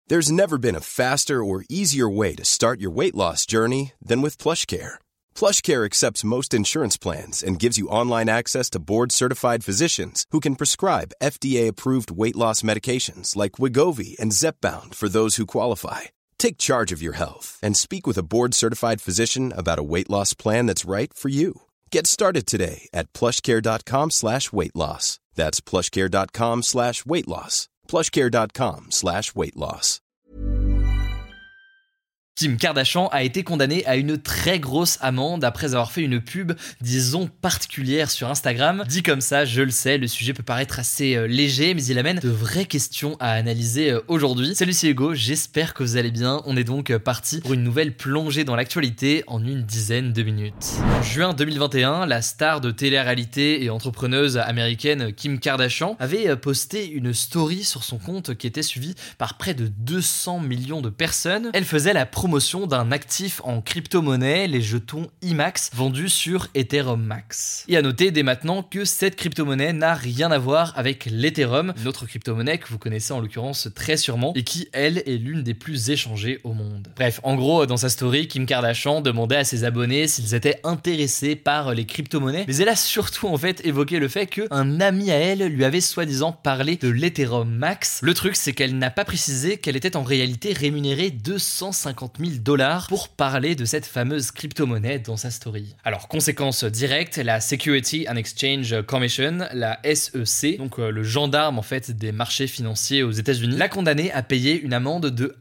There's never been a faster or easier way to start your weight loss journey than with PlushCare. PlushCare accepts most insurance plans and gives you online access to board-certified physicians who can prescribe FDA-approved weight loss medications like Wegovy and Zepbound for those who qualify. Take charge of your health and speak with a board-certified physician about a weight loss plan that's right for you. Get started today at plushcare.com/weight loss. That's plushcare.com/weight loss. plushcare.com/weight loss. Kim Kardashian a été condamnée à une très grosse amende après avoir fait une pub, disons, particulière sur Instagram. Dit comme ça, je le sais, le sujet peut paraître assez léger, mais il amène de vraies questions à analyser aujourd'hui. Salut, c'est Hugo, j'espère que vous allez bien. On est donc parti pour une nouvelle plongée dans l'actualité en une dizaine de minutes. En juin 2021, la star de télé-réalité et entrepreneuse américaine Kim Kardashian avait posté une story sur son compte qui était suivie par près de 200 millions de personnes. Elle faisait la promotion d'un actif en crypto-monnaie, les jetons IMAX, vendus sur Ethereum Max. Et à noter dès maintenant que cette crypto-monnaie n'a rien à voir avec l'Ethereum, une autre crypto-monnaie que vous connaissez en l'occurrence très sûrement, et qui, elle, est l'une des plus échangées au monde. Bref, en gros, dans sa story, Kim Kardashian demandait à ses abonnés s'ils étaient intéressés par les crypto-monnaies, mais elle a surtout en fait évoqué le fait qu'un ami à elle lui avait soi-disant parlé de l'Ethereum Max. Le truc, c'est qu'elle n'a pas précisé qu'elle était en réalité rémunérée 250 000 $ pour parler de cette fameuse crypto-monnaie dans sa story. Alors, conséquence directe, la Security and Exchange Commission, la SEC, donc le gendarme en fait des marchés financiers aux États-Unis, l'a condamné à payer une amende de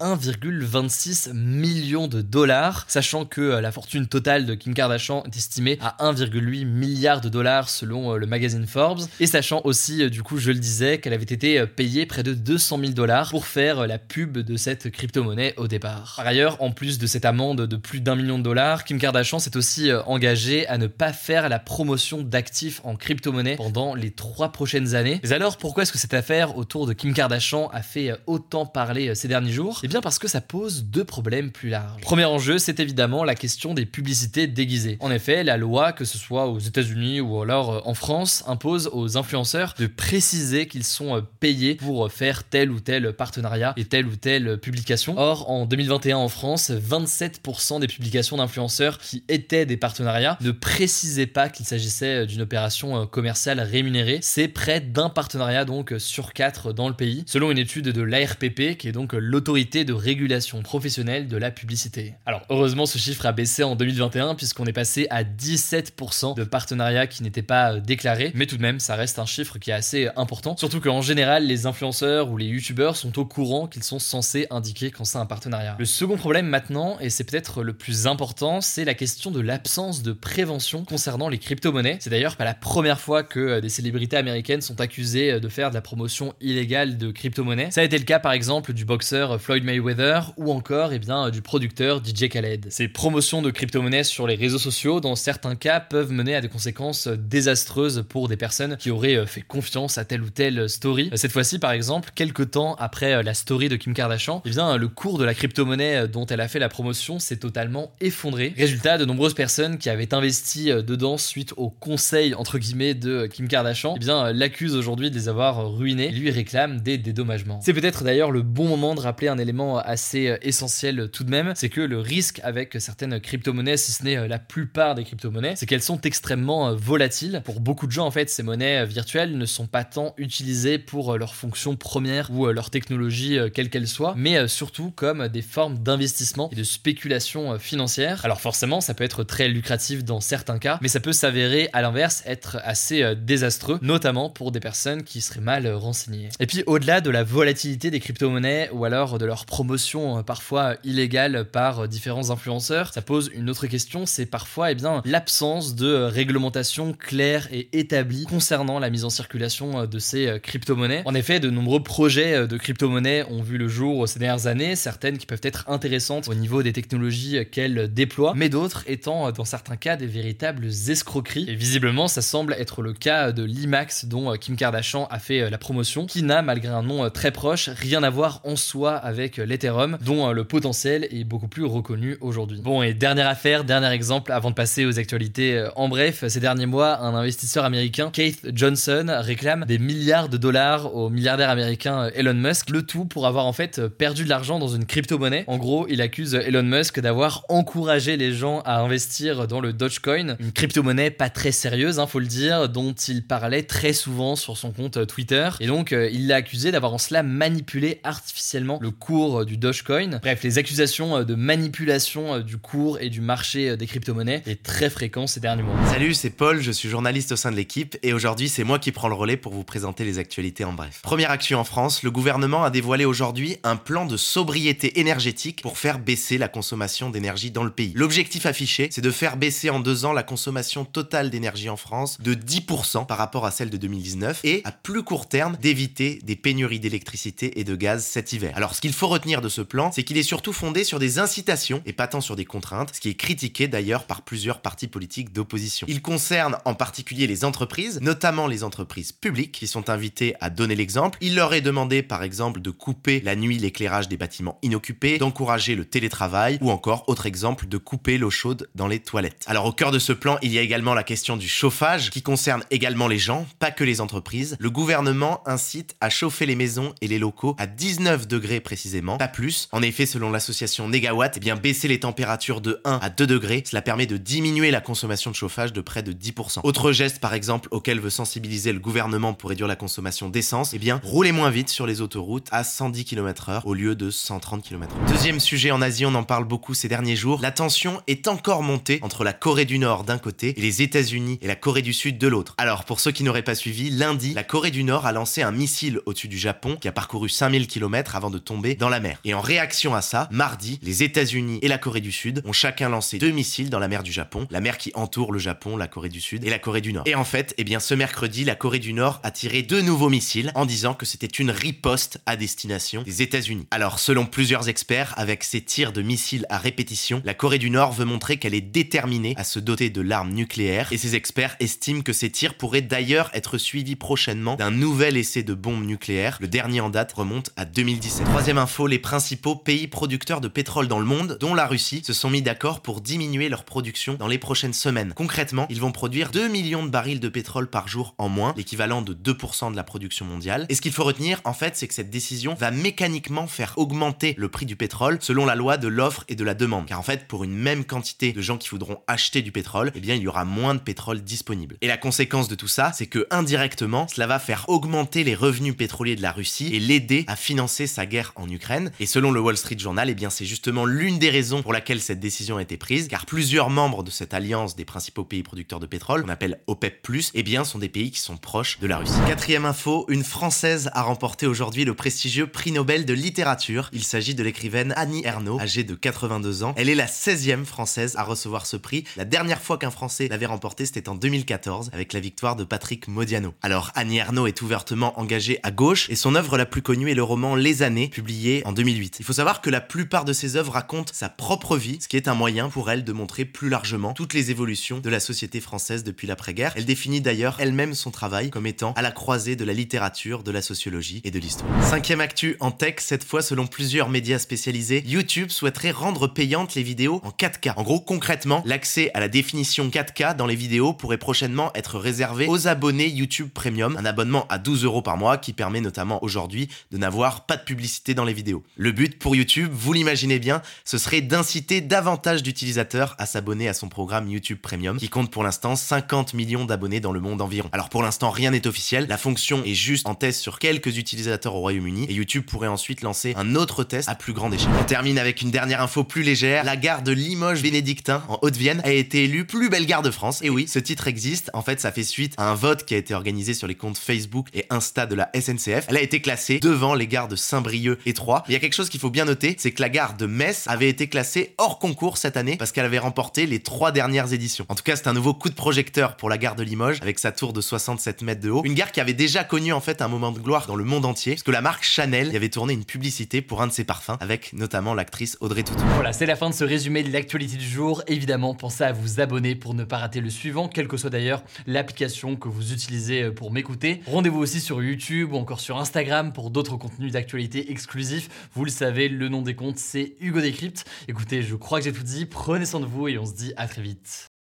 1,26 million $, sachant que la fortune totale de Kim Kardashian est estimée à 1,8 milliard $ selon le magazine Forbes, et sachant aussi, du coup, je le disais, qu'elle avait été payée près de 200 000 $ pour faire la pub de cette crypto-monnaie au départ. Par ailleurs, en plus de cette amende de plus d'1 million $, Kim Kardashian s'est aussi engagée à ne pas faire la promotion d'actifs en crypto-monnaie pendant les 3 prochaines années. Mais alors, pourquoi est-ce que cette affaire autour de Kim Kardashian a fait autant parler ces derniers jours ? Eh bien parce que ça pose 2 problèmes plus larges. Premier enjeu, c'est évidemment la question des publicités déguisées. En effet, la loi, que ce soit aux États-Unis ou alors en France, impose aux influenceurs de préciser qu'ils sont payés pour faire tel ou tel partenariat et telle ou telle publication. Or, en 2021 en France, 27% des publications d'influenceurs qui étaient des partenariats ne précisaient pas qu'il s'agissait d'une opération commerciale rémunérée. C'est près d'un partenariat donc sur 4 dans le pays, selon une étude de l'ARPP, qui est donc l'autorité de régulation professionnelle de la publicité. Alors heureusement, ce chiffre a baissé en 2021 puisqu'on est passé à 17% de partenariats qui n'étaient pas déclarés, mais tout de même ça reste un chiffre qui est assez important, surtout qu'en général les influenceurs ou les youtubeurs sont au courant qu'ils sont censés indiquer quand c'est un partenariat. Le second problème maintenant, et c'est peut-être le plus important, c'est la question de l'absence de prévention concernant les crypto-monnaies. C'est d'ailleurs pas la première fois que des célébrités américaines sont accusées de faire de la promotion illégale de crypto-monnaies. Ça a été le cas par exemple du boxeur Floyd Mayweather ou encore du producteur DJ Khaled. Ces promotions de crypto-monnaies sur les réseaux sociaux, dans certains cas, peuvent mener à des conséquences désastreuses pour des personnes qui auraient fait confiance à telle ou telle story. Cette fois-ci par exemple, quelques temps après la story de Kim Kardashian, le cours de la crypto-monnaie dont elle a fait la promotion s'est totalement effondré. Résultat, de nombreuses personnes qui avaient investi dedans suite au conseil entre guillemets de Kim Kardashian, l'accusent aujourd'hui de les avoir ruinés et lui réclament des dédommagements. C'est peut-être d'ailleurs le bon moment de rappeler un élément assez essentiel tout de même, c'est que le risque avec certaines crypto-monnaies, si ce n'est la plupart des crypto-monnaies, c'est qu'elles sont extrêmement volatiles. Pour beaucoup de gens en fait, ces monnaies virtuelles ne sont pas tant utilisées pour leur fonction première ou leur technologie quelle qu'elle soit, mais surtout comme des formes d'investissement et de spéculation financière. Alors forcément, ça peut être très lucratif dans certains cas, mais ça peut s'avérer à l'inverse être assez désastreux, notamment pour des personnes qui seraient mal renseignées. Et puis au-delà de la volatilité des crypto-monnaies ou alors de leur promotion parfois illégale par différents influenceurs, ça pose une autre question, c'est parfois l'absence de réglementation claire et établie concernant la mise en circulation de ces crypto-monnaies. En effet, de nombreux projets de crypto-monnaies ont vu le jour ces dernières années, certaines qui peuvent être intéressantes intéressantes au niveau des technologies qu'elle déploie, mais d'autres étant dans certains cas des véritables escroqueries. Et visiblement, ça semble être le cas de l'IMAX dont Kim Kardashian a fait la promotion, qui n'a, malgré un nom très proche, rien à voir en soi avec l'Ethereum, dont le potentiel est beaucoup plus reconnu aujourd'hui. Bon, et dernière affaire, dernier exemple avant de passer aux actualités. En bref, ces derniers mois, un investisseur américain, Keith Johnson, réclame des milliards de dollars au milliardaire américain Elon Musk, le tout pour avoir en fait perdu de l'argent dans une crypto-monnaie. En gros, il accuse Elon Musk d'avoir encouragé les gens à investir dans le Dogecoin, une crypto-monnaie pas très sérieuse, faut le dire, dont il parlait très souvent sur son compte Twitter. Et donc, il l'a accusé d'avoir en cela manipulé artificiellement le cours du Dogecoin. Bref, les accusations de manipulation du cours et du marché des crypto-monnaies est très fréquent ces derniers mois. Salut, c'est Paul, je suis journaliste au sein de l'équipe et aujourd'hui c'est moi qui prends le relais pour vous présenter les actualités en bref. Première actu en France, le gouvernement a dévoilé aujourd'hui un plan de sobriété énergétique pour faire baisser la consommation d'énergie dans le pays. L'objectif affiché, c'est de faire baisser en 2 ans la consommation totale d'énergie en France de 10% par rapport à celle de 2019 et à plus court terme d'éviter des pénuries d'électricité et de gaz cet hiver. Alors ce qu'il faut retenir de ce plan, c'est qu'il est surtout fondé sur des incitations et pas tant sur des contraintes, ce qui est critiqué d'ailleurs par plusieurs partis politiques d'opposition. Il concerne en particulier les entreprises, notamment les entreprises publiques qui sont invitées à donner l'exemple. Il leur est demandé par exemple de couper la nuit l'éclairage des bâtiments inoccupés, d'encourager le télétravail ou encore, autre exemple, de couper l'eau chaude dans les toilettes. Alors au cœur de ce plan, il y a également la question du chauffage qui concerne également les gens, pas que les entreprises. Le gouvernement incite à chauffer les maisons et les locaux à 19 degrés précisément, pas plus. En effet, selon l'association Negawatt, baisser les températures de 1 à 2 degrés, cela permet de diminuer la consommation de chauffage de près de 10%. Autre geste par exemple auquel veut sensibiliser le gouvernement pour réduire la consommation d'essence, rouler moins vite sur les autoroutes à 110 km/h au lieu de 130 km/h. Deuxième sujet, en Asie, on en parle beaucoup ces derniers jours, la tension est encore montée entre la Corée du Nord d'un côté et les États-Unis et la Corée du Sud de l'autre. Alors pour ceux qui n'auraient pas suivi, lundi, la Corée du Nord a lancé un missile au-dessus du Japon qui a parcouru 5000 km avant de tomber dans la mer. Et en réaction à ça, mardi, les États-Unis et la Corée du Sud ont chacun lancé 2 missiles dans la mer du Japon, la mer qui entoure le Japon, la Corée du Sud et la Corée du Nord. Et en fait, ce mercredi, la Corée du Nord a tiré 2 nouveaux missiles en disant que c'était une riposte à destination des États-Unis. Alors, selon plusieurs experts, avec ces tirs de missiles à répétition, la Corée du Nord veut montrer qu'elle est déterminée à se doter de l'arme nucléaire et ces experts estiment que ces tirs pourraient d'ailleurs être suivis prochainement d'un nouvel essai de bombe nucléaire. Le dernier en date remonte à 2017. Troisième info, les principaux pays producteurs de pétrole dans le monde, dont la Russie, se sont mis d'accord pour diminuer leur production dans les prochaines semaines. Concrètement, ils vont produire 2 millions de barils de pétrole par jour en moins, l'équivalent de 2% de la production mondiale. Et ce qu'il faut retenir, en fait, c'est que cette décision va mécaniquement faire augmenter le prix du pétrole selon la loi de l'offre et de la demande. Car en fait, pour une même quantité de gens qui voudront acheter du pétrole, il y aura moins de pétrole disponible. Et la conséquence de tout ça, c'est que indirectement, cela va faire augmenter les revenus pétroliers de la Russie et l'aider à financer sa guerre en Ukraine. Et selon le Wall Street Journal, c'est justement l'une des raisons pour laquelle cette décision a été prise, car plusieurs membres de cette alliance des principaux pays producteurs de pétrole, qu'on appelle OPEP+, sont des pays qui sont proches de la Russie. Quatrième info, une Française a remporté aujourd'hui le prestigieux prix Nobel de littérature. Il s'agit de l'écrivaine Annie Ernaux, âgée de 82 ans. Elle est la 16e Française à recevoir ce prix. La dernière fois qu'un Français l'avait remporté, c'était en 2014, avec la victoire de Patrick Modiano. Alors, Annie Ernaux est ouvertement engagée à gauche, et son œuvre la plus connue est le roman Les Années, publié en 2008. Il faut savoir que la plupart de ses œuvres racontent sa propre vie, ce qui est un moyen pour elle de montrer plus largement toutes les évolutions de la société française depuis l'après-guerre. Elle définit d'ailleurs elle-même son travail comme étant à la croisée de la littérature, de la sociologie et de l'histoire. Cinquième actu en tech, cette fois selon plusieurs médias spécialisés, YouTube souhaiterait rendre payantes les vidéos en 4K. En gros, concrètement, l'accès à la définition 4K dans les vidéos pourrait prochainement être réservé aux abonnés YouTube Premium, un abonnement à 12 € par mois qui permet notamment aujourd'hui de n'avoir pas de publicité dans les vidéos. Le but pour YouTube, vous l'imaginez bien, ce serait d'inciter davantage d'utilisateurs à s'abonner à son programme YouTube Premium, qui compte pour l'instant 50 millions d'abonnés dans le monde environ. Alors pour l'instant, rien n'est officiel, la fonction est juste en test sur quelques utilisateurs au Royaume-Uni, et YouTube pourrait ensuite lancer un autre test à plus grande échelle. On termine avec une dernière info plus légère, la gare de Limoges-Bénédictin, en Haute-Vienne, a été élue plus belle gare de France. Et oui, ce titre existe, en fait ça fait suite à un vote qui a été organisé sur les comptes Facebook et Insta de la SNCF. Elle a été classée devant les gares de Saint-Brieuc et Troyes. Il y a quelque chose qu'il faut bien noter, c'est que la gare de Metz avait été classée hors concours cette année parce qu'elle avait remporté les 3 dernières éditions. En tout cas, c'est un nouveau coup de projecteur pour la gare de Limoges avec sa tour de 67 mètres de haut. Une gare qui avait déjà connu en fait un moment de gloire dans le monde entier parce que la marque Chanel y avait tourné une publicité pour un de ses parfums avec notamment l'actrice Audrey Tautou. Voilà, c'est la fin de ce résumé de l'actualité du jour. Évidemment, pensez à vous abonner pour ne pas rater le suivant, quelle que soit d'ailleurs l'application que vous utilisez pour m'écouter. Rendez-vous aussi sur YouTube ou encore sur Instagram pour d'autres contenus d'actualité exclusifs. Vous le savez, le nom des comptes, c'est Hugo Décrypte. Écoutez, je crois que j'ai tout dit. Prenez soin de vous et on se dit à très vite.